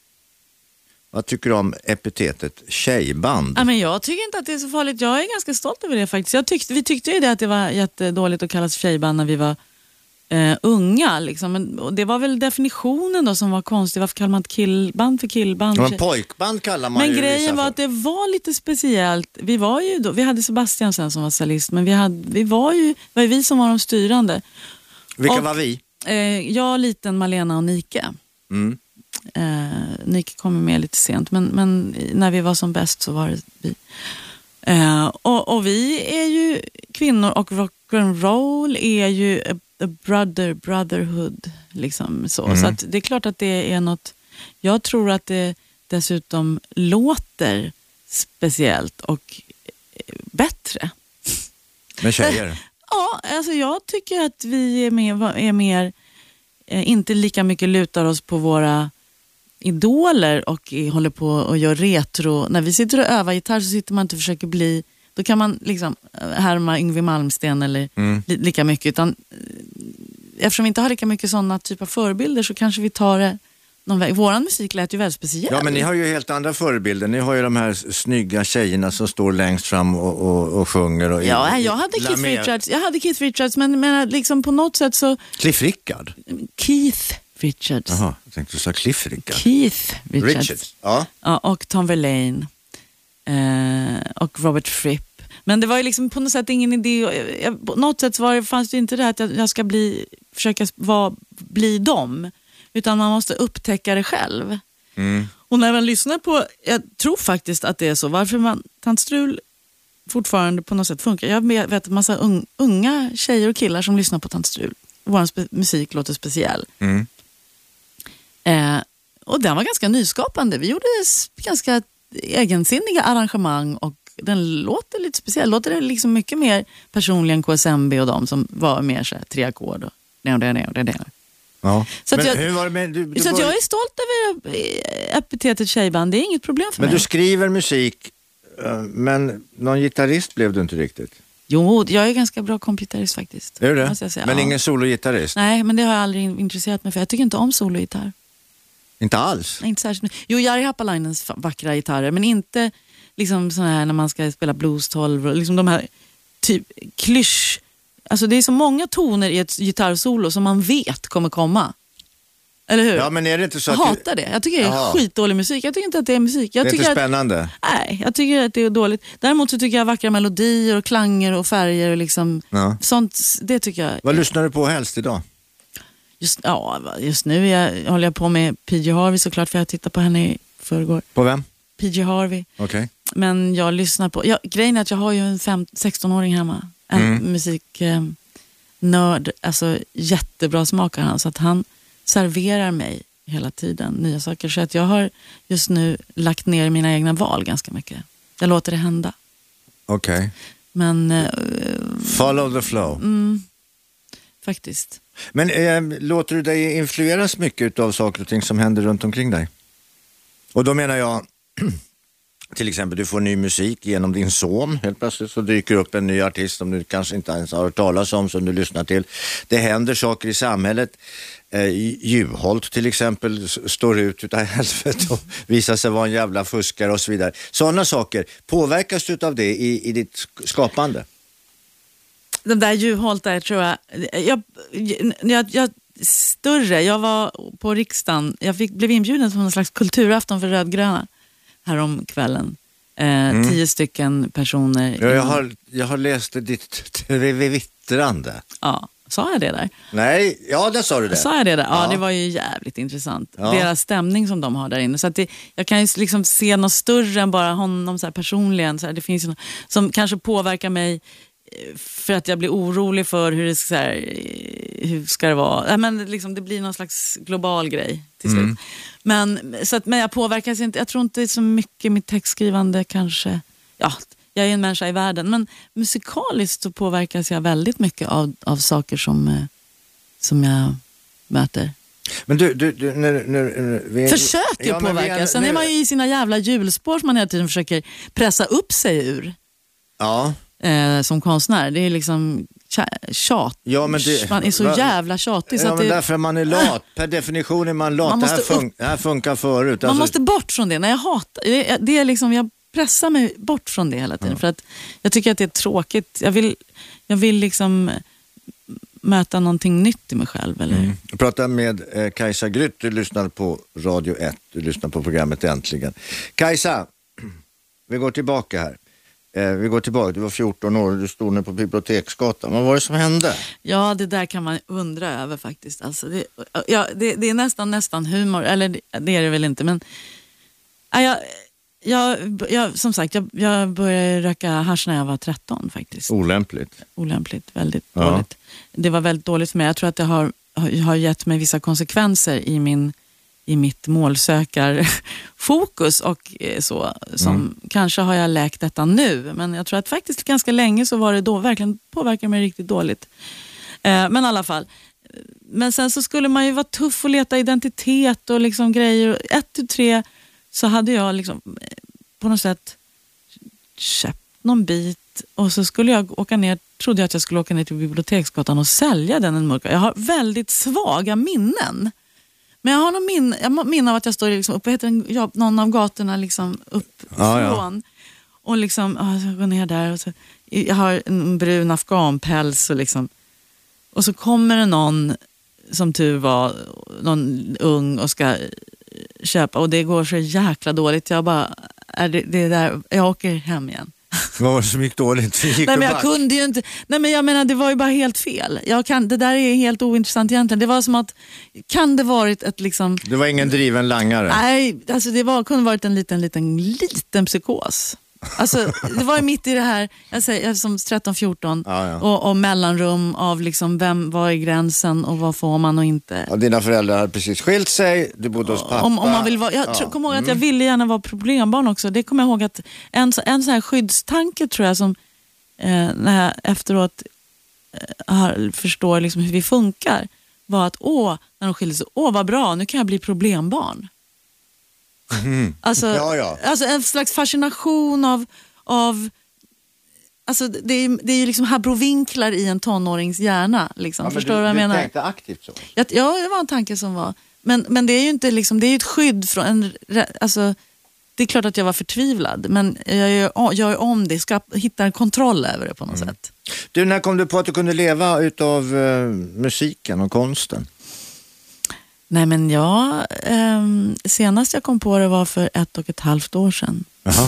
Vad tycker du om epitetet tjejband? Ja, men jag tycker inte att det är så farligt. Jag är ganska stolt över det faktiskt. Jag tyckte, vi tyckte ju det att det var jättedåligt att kallas tjejband när vi var eh, unga. Liksom. Men, och det var väl definitionen då som var konstig. Varför kallar man ett killband för killband? Ja, men pojkband kallar man Men ju i vissa grejen var fall. att det var lite speciellt. Vi var ju då, vi hade Sebastian sen som var cellist, men vi, hade, vi var ju, det var ju vi som var de styrande. Vilka och- var vi? Eh, jag, Liten, Malena och Nike. Mm. Eh, Nike kom med lite sent, men, men när vi var som bäst så var det vi. Eh, och, och vi är ju kvinnor och rock'n'roll är ju a, a brother, brotherhood. Liksom så. Mm. Så att det är klart att det är något, jag tror att det dessutom låter speciellt och eh, bättre. Med tjejer. Ja, alltså jag tycker att vi är, med, är mer, eh, inte lika mycket lutar oss på våra idoler och eh, håller på och gör retro. När vi sitter och övar gitarr så sitter man inte och försöker bli, då kan man liksom eh, härma Yngwie Malmsteen eller Mm. li, lika mycket. Utan, eh, eftersom vi inte har lika mycket sådana typer av förebilder så kanske vi tar det någon väg. Våran musik lät ju väldigt speciell. Ja, men ni har ju helt andra förebilder. Ni har ju de här snygga tjejerna som står längst fram och, och, och sjunger. Och Ja, jag hade Keith Lamer. Richards, jag hade Keith Richards men, men liksom på något sätt så Cliff Rickard. Keith Richards. Jaha, jag tänkte du sa Cliff Rickard. Keith Richards. Richards. Ja. Ja, och Tom Verlaine. Eh, och Robert Fripp. Men det var ju liksom på något sätt ingen idé. Jag, på något sätt var det, fanns det inte det att jag, jag ska bli, försöka vara, bli dem. Utan man måste upptäcka det själv. Mm. Och när man lyssnar på, jag tror faktiskt att det är så. Varför man, Tant Strul fortfarande på något sätt funkar. Jag vet en massa un, unga tjejer och killar som lyssnar på Tant Strul. Vår spe, musik låter speciell. Mm. Eh, och den var ganska nyskapande. Vi gjorde s- ganska egensinniga arrangemang och den låter lite speciell. Låter den liksom mycket mer personlig än K S M B och de som var mer så här, tre ackord och det och det och det och det. Ja. Så, att Men jag, hur var det med, du, du så att var... jag är stolt över epitetet tjejband. Det är inget problem för Men mig. du skriver musik, men någon gitarrist blev du inte riktigt. Jo, jag är ganska bra komputerist faktiskt. Är du det? Måste jag säga. Men Ja. ingen sologitarrist? Nej, men det har jag aldrig intresserat mig för. Jag tycker inte om sologitarr. Inte alls? Nej, inte särskilt mycket. Jo, Jari Happalainens vackra gitarrer, men inte liksom sån här när man ska spela blues tolv och liksom de här typ klysch. Alltså det är så många toner i ett gitarrsolo som man vet kommer komma. Eller hur? Ja, men är det inte så Jag att hatar det. Jag tycker det är Jaha. skitdålig musik. Jag tycker inte att det är musik. Jag det är tycker inte att, spännande? nej, jag tycker att det är dåligt. Däremot så tycker jag vackra melodier och klanger och färger och liksom Ja. sånt, det tycker jag. Vad lyssnar du på helst idag? Just, ja, just nu är jag, håller jag på med P J Harvey såklart, för jag tittade på henne i förrgår. På vem? P J Harvey. Okej. Okay. Men jag lyssnar på, jag, grejen är att jag har ju en fem, sexton-åring hemma. En Mm. musiknörd, eh, alltså jättebra smak har han, så att han serverar mig hela tiden nya saker. Så att jag har just nu lagt ner mina egna val ganska mycket. Jag låter det hända. Okej. Okay. Men... Eh, Follow the flow. Mm, faktiskt. Men eh, låter du dig influeras mycket av saker och ting som händer runt omkring dig? Och då menar jag, till exempel du får ny musik genom din son. Helt plötsligt så dyker upp en ny artist som du kanske inte ens har hört talas om, som du lyssnar till. Det händer saker i samhället. Eh, Juholt till exempel står ut utav helvete och visar sig vara en jävla fuskare och så vidare. Sådana saker. Påverkas du av det i, i ditt skapande? De där Juholt där tror jag, jag, jag, jag större, jag var på riksdagen, jag fick, blev inbjuden på någon slags kulturafton för rödgröna härom kvällen. Eh, mm. Tio stycken personer. Ja, jag, har, jag har läst ditt twittrande. Ja, sa jag det där? Nej, ja det sa du det. Sa jag det där? Ja, ja. Det var ju jävligt intressant. Ja. Deras stämning som de har där inne. Så att det, jag kan ju liksom se något större än bara honom så här personligen. Så här, det finns ju något som kanske påverkar mig för att jag blir orolig för hur det ska, hur ska det vara. Ja, men liksom, det blir någon slags global grej till slut. Mm. Men, så att, men jag påverkas inte, jag tror inte det är så mycket mitt textskrivande kanske. Ja, jag är en människa i världen. Men musikaliskt så påverkas jag väldigt mycket av, av saker som, som jag möter. Men du, du, du när, när, när, vi, försöker ja, påverka. Är, Sen nu, är man ju i sina jävla hjulspår som man hela tiden försöker pressa upp sig ur. Ja. Eh, som konstnär. Det är liksom tjat. Ja, men det, man är så va, jävla tjatig. Så ja, att men det, därför man är lat. Per definition är man lat. Man det, här fun- det här funkar förut. Man alltså. måste bort från det. När jag hatar, det, det är liksom, jag pressar mig bort från det hela tiden. Ja. För att jag tycker att det är tråkigt. Jag vill, jag vill liksom möta någonting nytt i mig själv. Eller? Mm. Jag pratar med eh, Kajsa Grytt. Du lyssnar på Radio ett. Du lyssnar på programmet Äntligen. Kajsa, vi går tillbaka här. Eh, vi går tillbaka, du var fjorton år och du stod nu på Biblioteksgatan. Vad var det som hände? Ja, det där kan man undra över faktiskt. Alltså det, ja, det, det är nästan nästan humor, eller det, det är det väl inte. Men ja, jag, jag, jag, som sagt, jag, jag började röka hasch när jag var tretton faktiskt. Olämpligt. Olämpligt, väldigt ja. dåligt. Det var väldigt dåligt för mig. Jag tror att det har, har gett mig vissa konsekvenser i min i mitt målsökarfokus och så, som mm. kanske har jag läkt detta nu, men jag tror att faktiskt ganska länge så var det då verkligen påverkar mig riktigt dåligt. Eh, men i alla fall, men sen så skulle man ju vara tuff och leta identitet och liksom grejer. Ett till tre så hade jag liksom på något sätt köpt någon bit och så skulle jag åka ner, trodde jag att jag skulle åka ner till Biblioteksgatan och sälja den en mörka. Jag har väldigt svaga minnen. Men jag har någon min, jag minne av att jag står liksom uppe, heter den, ja, någon av gatorna liksom uppifrån. Ja, ja. Och liksom, ja, jag går ner där och så, jag har en brun afghanpäls och liksom, och så kommer det någon, som tur var, någon ung och ska köpa, och det går så jäkla dåligt. Jag bara, är det, det där, jag åker hem igen. Vad var det som gick dåligt? Gick nej men jag kunde ju inte. Nej men jag menar, det var ju bara helt fel. Jag kan, det där är helt ointressant egentligen. Det var som att, kan det varit ett liksom... Det var ingen driven langare? Nej, alltså det var, kunde varit en liten, liten, liten psykos. Alltså det var ju mitt i det här, jag säger som tretton fjorton ja, ja. Och, och mellanrum av liksom vem, vad är gränsen och vad får man och inte. Ja, dina föräldrar hade precis skilt sig, du bodde hos pappa. Om, om man vill vara, jag ja. kommer ihåg att jag ville gärna vara problembarn också. Det kommer jag ihåg att en, en sån här skyddstanke tror jag som eh, när jag efteråt eh, förstår liksom hur vi funkar. var att åh, när de skilde sig, åh vad bra, nu kan jag bli problembarn. Mm. Alltså, ja, ja. alltså en slags fascination av, av alltså det är, det är ju liksom habrovinklar i en tonårings hjärna. Liksom. Ja, Förstår du du, vad jag du menar? Du tänkte aktivt så? Ja, det var en tanke som var. Men, men det är ju inte liksom, det är ju ett skydd från en, alltså, det är klart att jag var förtvivlad, men jag gör, jag gör om det, ska hitta en kontroll över det på något mm. sätt. Du, när kom du på att du kunde leva utav uh, musiken och konsten? Nej, men jag, eh, senast jag kom på det var för ett och ett halvt år sedan. Jaha.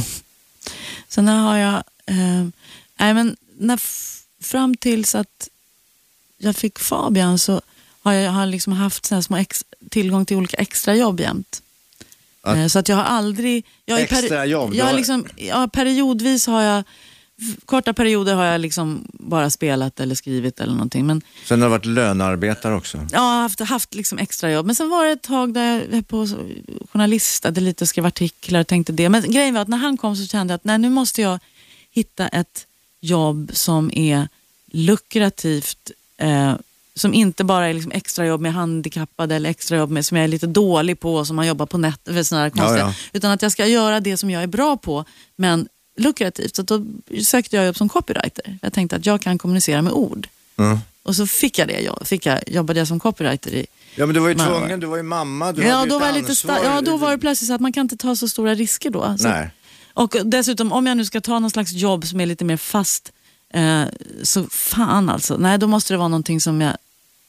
Sen har jag, eh, nej men när f- fram tills att jag fick Fabian så har jag har liksom haft såna små ex- tillgång till olika extra jobb jämt. Att eh, så att jag har aldrig... Jag extra peri- jobb? Jag har har... liksom, ja, periodvis har jag... Korta perioder har jag liksom bara spelat eller skrivit eller någonting. Men, sen har du varit lönarbetare också? Ja, jag har haft, haft liksom extra jobb. Men sen var det ett tag där jag var på journalistade lite och skrev artiklar och tänkte det. Men grejen var att när han kom så kände jag att nej, nu måste jag hitta ett jobb som är lukrativt. Eh, som inte bara är liksom extra jobb med handikappade eller extra jobb med, som jag är lite dålig på, som man jobbar på nät för såna här konstiga. Ja, ja. Utan att jag ska göra det som jag är bra på, men lukrativt. Så då sökte jag jobb som copywriter. Jag tänkte att jag kan kommunicera med ord. Mm. Och så fick jag det. Jag, fick jag, jobbade jag som copywriter i... Ja, men du var ju tvungen, du var ju mamma. Du ja, hade då var lite lite sta- ja, då var det plötsligt så att man kan inte ta så stora risker då. Så, nej. Och dessutom, om jag nu ska ta någon slags jobb som är lite mer fast, eh, så fan alltså. Nej, då måste det vara någonting som jag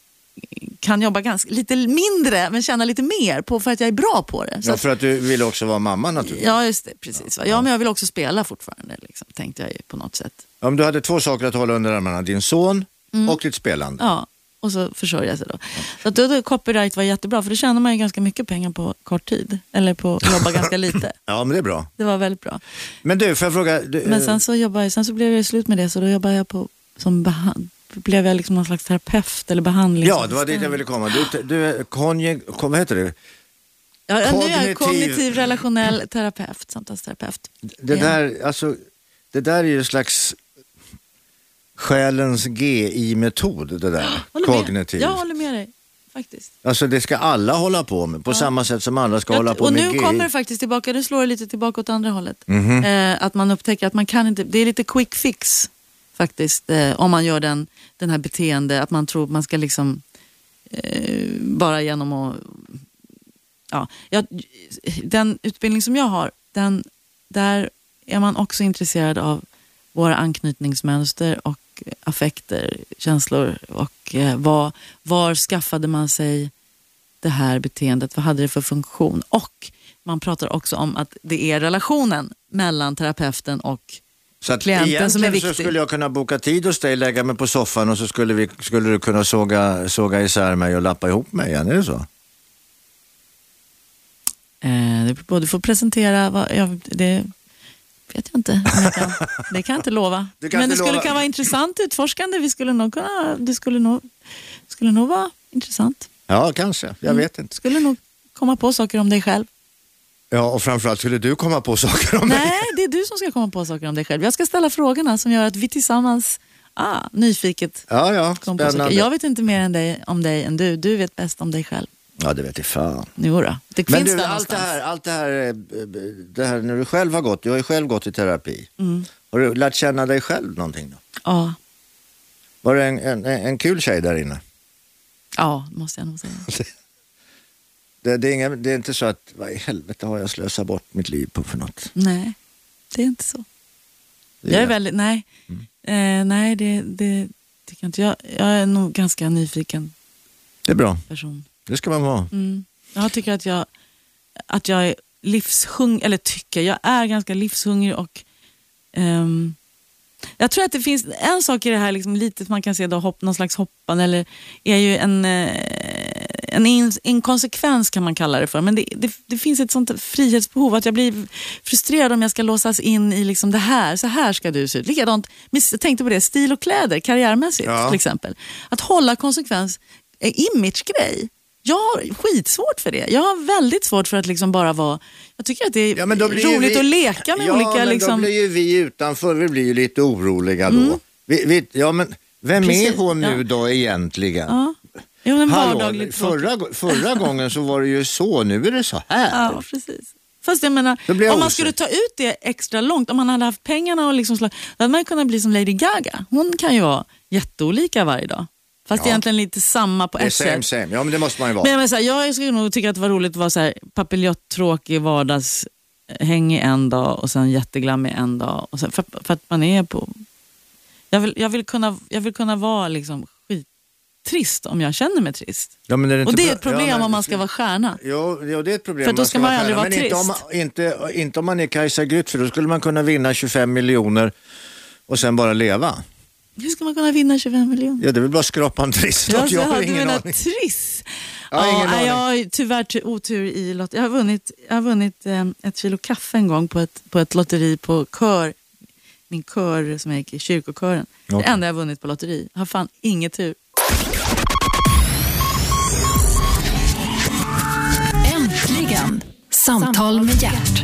kan jobba ganska lite mindre men tjäna lite mer på för att jag är bra på det. Så ja, för att du vill också vara mamma naturligtvis. Ja, just det, precis. Ja, ja, men jag vill också spela fortfarande, liksom, tänkte jag ju på något sätt. Om du hade två saker att hålla under armarna, din son mm. och ditt spelande. Ja, och så försörja sig då. Så att då, då copyright var jättebra, för då tjänar man ju ganska mycket pengar på kort tid. Eller på att jobba ganska lite. Ja, men det är bra. Det var väldigt bra. Men du, får jag fråga... Du, men sen så, jobbade jag, sen så blev jag slut med det, så då jobbade jag på som behand, blev jag liksom någon slags terapeut eller behandling. Ja, det var dit jag ville komma. Du, du är konje, vad heter det? Ja, kognitiv... nu är jag kognitiv relationell terapeut, samtalsterapeut. Det ja. där, alltså, det där är ju en slags själens G I-metod, det där. Kognitiv. Jag håller med dig, faktiskt. Alltså det ska alla hålla på med, på ja. samma sätt som alla ska jag, hålla på och med G I. Och nu kommer det faktiskt tillbaka, nu slår det lite tillbaka åt andra hållet. Mm-hmm. Eh, att man upptäcker att man kan inte, det är lite quick fix faktiskt, eh, om man gör den, den här beteende, att man tror att man ska liksom eh, bara genom att ja, jag, den utbildning som jag har, den, där är man också intresserad av våra anknytningsmönster och affekter, känslor och eh, vad, var skaffade man sig det här beteendet, vad hade det för funktion, och man pratar också om att det är relationen mellan terapeuten och så att klienten som är viktig. Så skulle jag kunna boka tid hos dig, lägga mig på soffan och så skulle, vi, skulle du kunna såga, såga isär mig och lappa ihop mig igen, är det så? Eh, det, du får presentera, vad, jag, det vet jag inte. Jag kan, det kan jag inte lova. Kan Men inte det skulle lova. kunna vara intressant utforskande. Vi skulle nog kunna, det skulle nog, skulle nog vara intressant. Ja, kanske. Jag mm. vet inte. Skulle nog komma på saker om dig själv. Ja, och framförallt skulle du komma på saker om dig. Nej, det är du som ska komma på saker om dig själv. Jag ska ställa frågorna som gör att vi tillsammans ah, nyfiket ja, ja, kommer på saker. Jag vet inte mer än dig, om dig än du. Du vet bäst om dig själv. Ja, det vet jag fan. Jo då. Det Men finns du, där allt det, någonstans. här, allt det här, det här när du själv har gått, du har ju själv gått i terapi. Mm. Har du lärt känna dig själv någonting då? Ja. Var det en, en, en kul tjej där inne? Ja, måste jag nog säga. det, det, är inga, det är inte så att, vad i helvete har jag slösat bort mitt liv på för något? Nej, det är inte så. Det är jag är det. väldigt, nej. Mm. Eh, nej, det, det tycker jag inte. Jag, jag är nog ganska nyfiken. Det är bra. Person. Det ska man vara. Mm. Jag tycker att jag, att jag är livshungrig, eller tycker, jag är ganska livshungrig och um, jag tror att det finns en sak i det här liksom, lite som man kan se då, hopp, någon slags hoppan, eller är ju en, en in, inkonsekvens kan man kalla det för, men det, det, det finns ett sånt frihetsbehov att jag blir frustrerad om jag ska låsas in i liksom det här, så här ska du se ut. Likadant, jag tänkte på det, stil och kläder, karriärmässigt ja. till exempel. Att hålla konsekvens är imagegrej. Jag har skitsvårt för det. Jag har väldigt svårt för att liksom bara vara... Jag tycker att det är ja, roligt vi, att leka med ja, olika... Ja, men liksom... då blir ju vi utanför. Vi blir ju lite oroliga då. Mm. Vi, vi, ja, men vem Precis, är hon nu ja. då egentligen? Ja. Jo, en Hallå, vardaglig förra, förra gången så var det ju så, nu är det så här. Ja, precis. Fast jag menar, jag om man osäker. skulle ta ut det extra långt, om man hade haft pengarna och liksom slag, då hade man kunnat bli som Lady Gaga. Hon kan ju vara jätteolika varje dag. Fast Ja. egentligen lite samma på Det är ett same, sätt. same. Ja, men det måste man ju vara. Men jag, menar, så här, jag skulle nog tycka att det var roligt att vara så här papiljottråkig vardagshängig en dag och sen jätteglammig en dag. Och sen, för, för att man är på... Jag vill, jag vill, kunna, jag vill kunna vara liksom skittrist om jag känner mig trist. Ja, men är det inte Och det är bra- ett problem ja, men- om man ska vara stjärna. Jo, jo, det är ett problem. För då ska man ju aldrig stjärna. vara Men inte om, man, inte, inte om man är Kajsa Grytt, för då skulle man kunna vinna tjugofem miljoner och sen bara leva. Hur ska man kunna vinna tjugofem miljoner? Ja, det vill bara skrapa en trist. Jag, Jag har du ingen menar aning. triss? Jag har Ja, ingen nej, aning. jag har tyvärr ty- otur i lott. Jag har vunnit, jag har vunnit eh, ett kilo kaffe en gång på ett, på ett lotteri på kör. Min kör som jag gick i, kyrkokören. Okej. Det enda jag har vunnit på lotteri. Jag har fan inget tur. Äntligen. Samtal med hjärt.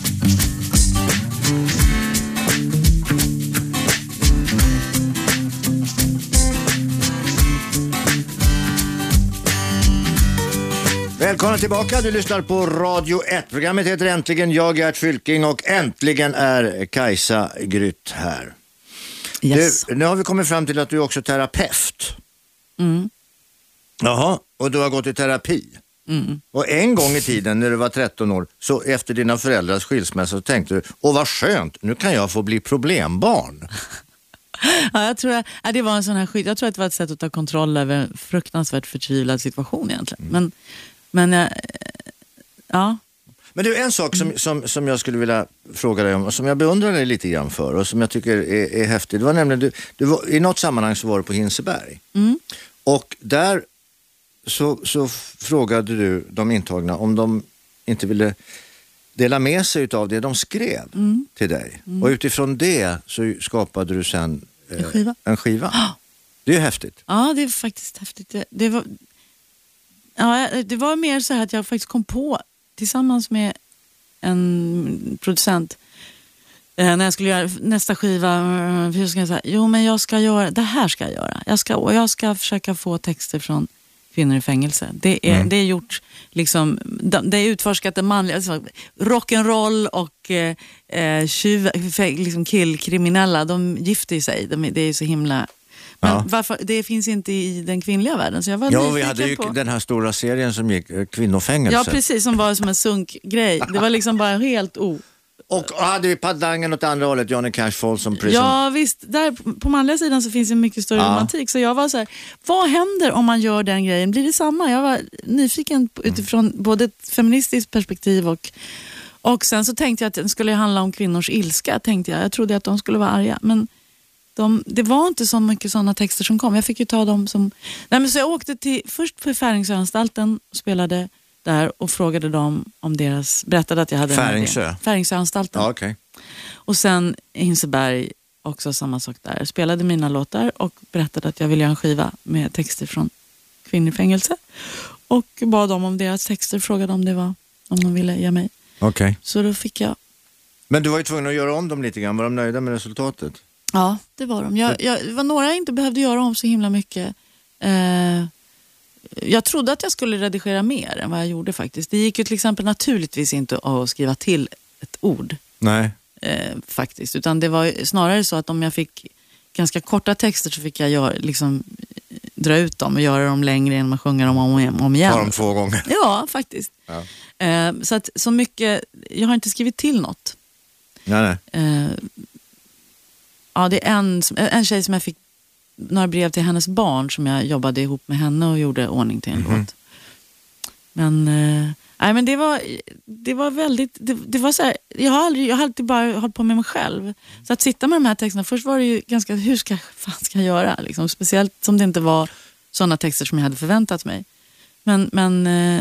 Välkomna tillbaka, du lyssnar på Radio ett. Programmet heter Äntligen, jag är Gert Fylking och äntligen är Kajsa Grytt här. Yes. Du, nu har vi kommit fram till att du är också terapeut. Mm. Jaha, och du har gått i terapi. Mm. Och en gång i tiden när du var tretton år, så efter dina föräldrars skilsmässa så tänkte du, åh vad skönt, nu kan jag få bli problembarn. Ja, jag tror att, ja, det var en sån här skit. Jag tror att det var ett sätt att ta kontroll över en fruktansvärt förtvivlad situation egentligen. Mm. Men, men jag, ja. Men du, en sak som, som, som jag skulle vilja fråga dig om och som jag beundrar dig lite grann för och som jag tycker är, är häftigt. Det var nämligen, du, du var, i något sammanhang så var du på Hinseberg. Mm. Och där så, så frågade du de intagna om de inte ville dela med sig av det de skrev Mm. till dig. Mm. Och utifrån det så skapade du sen eh, En skiva. En skiva. Det är ju häftigt. Ja, det är faktiskt häftigt. Det, det, var, ja, det var mer så här att jag faktiskt kom på tillsammans med en producent eh, när jag skulle göra nästa skiva. eh, Hur ska jag säga? Jo, men jag ska göra, det här ska jag göra. Jag ska, och jag ska försöka få texter från kvinnor i fängelse. Det är, Mm. det är gjort, liksom, det är utforskat det manliga, alltså, rock'n'roll och eh, eh, tjuv, liksom killkriminella, de gifter sig. De, det är så himla... Men Ja. varför, det finns inte i den kvinnliga världen. Så jag var Ja, nyfiken vi hade ju på... den här stora serien som gick, eh, Kvinnofängelse. Ja, precis, som var som en sunkgrej. Det var liksom bara helt o... Och hade vi Padangen åt andra hållet, Johnny Cash Falls som Prison. Ja, visst. Där på manliga sidan så finns det mycket större Ja. romantik. Så jag var så här, vad händer om man gör den grejen? Blir det samma? Jag var nyfiken på, utifrån både ett feministiskt perspektiv och... Och sen så tänkte jag att det skulle handla om kvinnors ilska, tänkte jag. Jag trodde att de skulle vara arga, men... De, det var inte så mycket sådana texter som kom. Jag fick ju ta dem som... Nej, men så jag åkte till, först på Färingsöanstalten och spelade där och frågade dem om deras... Berättade att jag hade... Färingsö? Färingsöanstalten. Ja, okej. Och sen Hinseberg, också samma sak där. Jag spelade mina låtar och berättade att jag ville göra en skiva med texter från kvinnor i fängelse. Och bad dem om deras texter, frågade om det var... Om de ville ge mig. Okej. Så då fick jag... Men du var ju tvungen att göra om dem lite grann. Var de nöjda med resultatet? Ja, det var de. Jag, jag, det var några jag inte behövde göra om så himla mycket. Eh, jag trodde att jag skulle redigera mer än vad jag gjorde faktiskt. Det gick ju till exempel naturligtvis inte att skriva till ett ord. Nej. Eh, faktiskt. Utan det var ju snarare så att om jag fick ganska korta texter så fick jag göra, liksom, dra ut dem och göra dem längre än man sjunger dem om, om igen. Tar dem två gånger. Ja, faktiskt. Ja. Eh, så att så mycket, jag har inte skrivit till något. Nej, nej. Eh, Ja, det är en, en tjej som jag fick några brev till hennes barn som jag jobbade ihop med henne och gjorde ordning till en Mhm. låt. Men, eh, nej, men det var, det var väldigt, det, det var så här, jag har aldrig, jag har alltid bara hållit på med mig själv. Så att sitta med de här texterna, först var det ju ganska, hur ska, fan ska jag göra? Liksom, speciellt som det inte var sådana texter som jag hade förväntat mig. Men, men eh,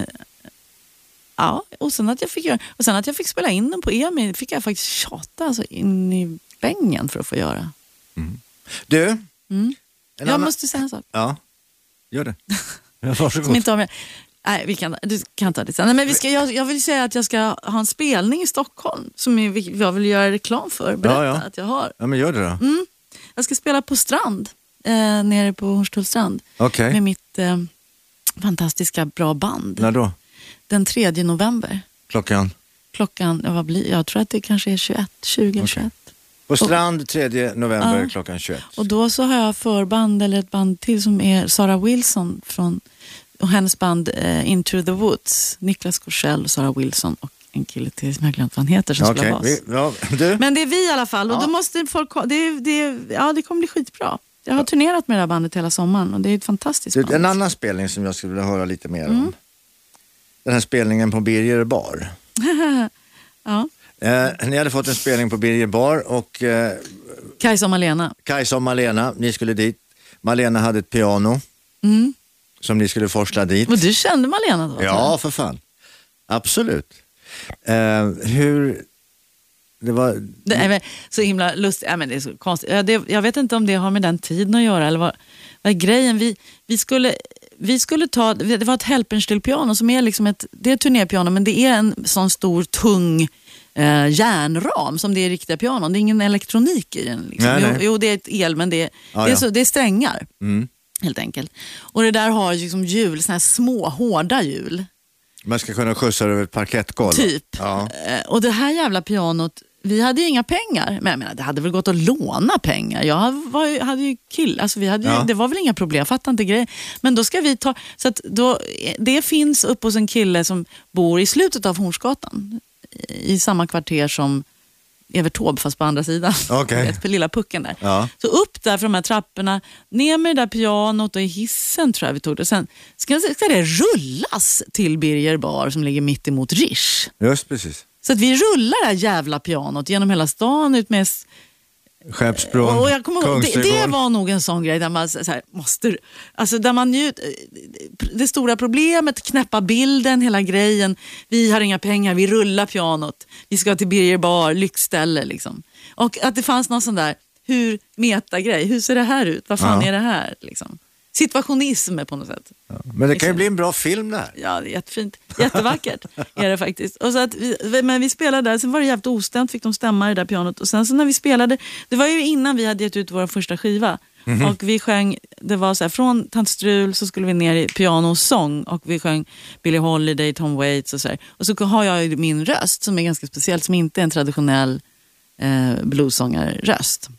ja, och sen att jag fick göra, och sen att jag fick spela in den på E M I, fick jag faktiskt tjata alltså, in i bängen för att få göra. Du? Mm. En Jag annan... måste säga en sak. Ja, gör det. Ja, Som varsågod. inte har med. Nej, vi kan, du kan ta det sen. Nej, men vi ska, jag, jag vill säga att jag ska ha en spelning i Stockholm som jag, jag vill göra reklam för. Berätta Ja, ja. att jag har. Ja, men gör det då. Jag ska spela på strand, eh, nere på Hornstullstrand. Okej. Med mitt, eh, fantastiska bra band. När då? Den tredje november. Klockan? Klockan, vad blir, jag tror att det kanske är tjugoett, tjugo eller tjugoett. På Strand tredje november ja. klockan tjugoett. Och då så har jag förband eller ett band till som är Sarah Wilson från, och hennes band eh, Into the Woods. Niklas Korsell och Sarah Wilson och en kille till som jag glömt vad han heter som okay. spelar bas. Vi, ja, du? Men det är vi i alla fall och ja. då måste folk, det, det, ja, det kommer bli skitbra. Jag har turnerat med det här bandet hela sommaren och det är ett fantastiskt du, band. En annan spelning som jag skulle vilja höra lite mer mm. om. Den här spelningen på Birger bar. ja. Eh, ni hade fått en spelning på Birger bar och eh, Kajsa och Malena. Kajsa och Malena, ni skulle dit. Malena hade ett piano Mm. som ni skulle forsla dit. Och du kände Malena då? Ja, för fan. Absolut. Eh, hur... Det var... Det är så himla lustigt. Ja, men det är så konstigt. Ja, det, jag vet inte om det har med den tiden att göra eller vad, vad är grejen. Vi, vi, skulle, vi skulle ta, det var ett Helpernstill-piano som är liksom ett, det är ett turnépiano men det är en sån stor tung eh, järnram som det är riktiga pianon. Det är ingen elektronik i den. Liksom. Nej, nej. Jo, jo, det är ett el men det, ja, det, är, ja. så, det är strängar Mm. helt enkelt. Och det där har liksom hjul, såna här små hårda hjul. Man ska kunna skjutsa över ett parkettgolv. Typ. Ja. Eh, Och det här jävla pianot, vi hade ju inga pengar. Men jag menar, det hade väl gått att låna pengar. Jag var, hade ju kill, alltså vi hade ju, Ja. det var väl inga problem, jag fattar inte grejer. Men då ska vi ta, så att då, det finns upp hos en kille som bor i slutet av Hornsgatan. I samma kvarter som Evert Taube fast på andra sidan. Okej. Vet, på lilla pucken där. Ja. Så upp där för de här trapporna, ner med det där pianot och i hissen tror jag vi tog det. Sen ska, ska det rullas till Birger bar som ligger mitt emot Rish. Just precis. Så att vi rullar det här jävla pianot genom hela stan ut med... Skeppsbron, Och jag kommer ihåg, det, det Kungsträdgården. var nog en sån grej där man så här, måste... Alltså där man njut, det stora problemet, knäppa bilden, hela grejen. Vi har inga pengar, vi rullar pianot. Vi ska till Birger bar, lyxställe liksom. Och att det fanns någon sån där, hur meta-grej, hur ser det här ut? Vad fan Ja. är det här liksom? Situationism på något sätt. Ja. Men det kan ju bli en bra film där. Ja, det är jättefint. Jättevackert är det faktiskt. Och så att vi, men vi spelade där, sen var det jävligt ostämt, fick de stämma i det där pianot. Och sen så när vi spelade, det var ju innan vi hade gett ut vår första skiva. Mm-hmm. Och vi sjöng, det var så här, från Tant Strul så skulle vi ner i pianosång. Och vi sjöng Billie Holiday, Tom Waits och så här. Och så har jag ju min röst som är ganska speciell, som inte är en traditionell eh, bluesångarröst.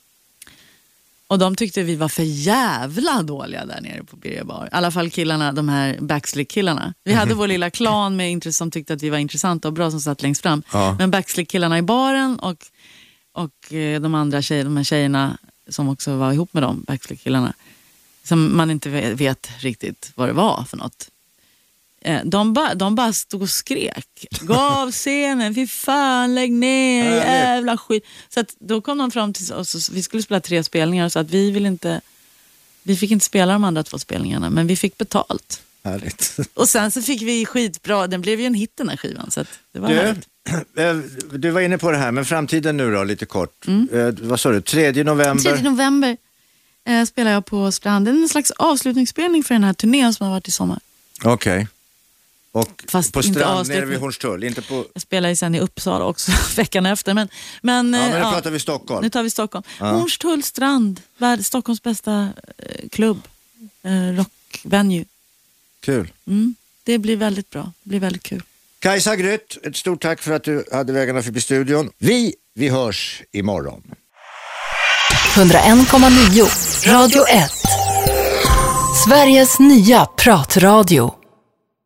Och de tyckte vi var för jävla dåliga där nere på Birger bar. I alla fall killarna, de här backslick-killarna. Vi hade vår lilla klan med intresse som tyckte att vi var intressanta och bra som satt längst fram. Ja. Men backslick-killarna i baren och, och eh, de andra tjejer, de här tjejerna som också var ihop med dem, backslick-killarna, som man inte vet, vet riktigt vad det var för något. Eh, de, ba, de bara stod och skrek. Gav scenen, fy fan, lägg ner, Härligt. jävla skit. Så att då kom de fram till oss, vi skulle spela tre spelningar så att vi vill inte, vi fick inte spela de andra två spelningarna, men vi fick betalt. Härligt. Och sen så fick vi skitbra, den blev ju en hit den här skivan, så att det var Du, härligt. du var inne på det här, men framtiden nu då, lite kort. Mm. Eh, vad sa du, tredje november? tredje november eh, spelar jag på Stranden, en slags avslutningsspelning för den här turnén som har varit i sommar. Okej. Okay. Och Fast på inte Strand nere avslutning. vid Hornstull, inte på... Jag spelar ju sen i Uppsala också veckan efter, men, men, Ja, men nu eh, pratar vi Stockholm. Nu tar vi Stockholm. Ja. Hornstull strand, värld, Stockholms bästa eh, klubb, eh, rockvenue. Kul. Mm, det blir väldigt bra, det blir väldigt kul. Kajsa Grytt, ett stort tack för att du hade vägarna förbi studion. Vi, vi hörs imorgon. hundraen komma nio Radio ett. Sveriges nya pratradio.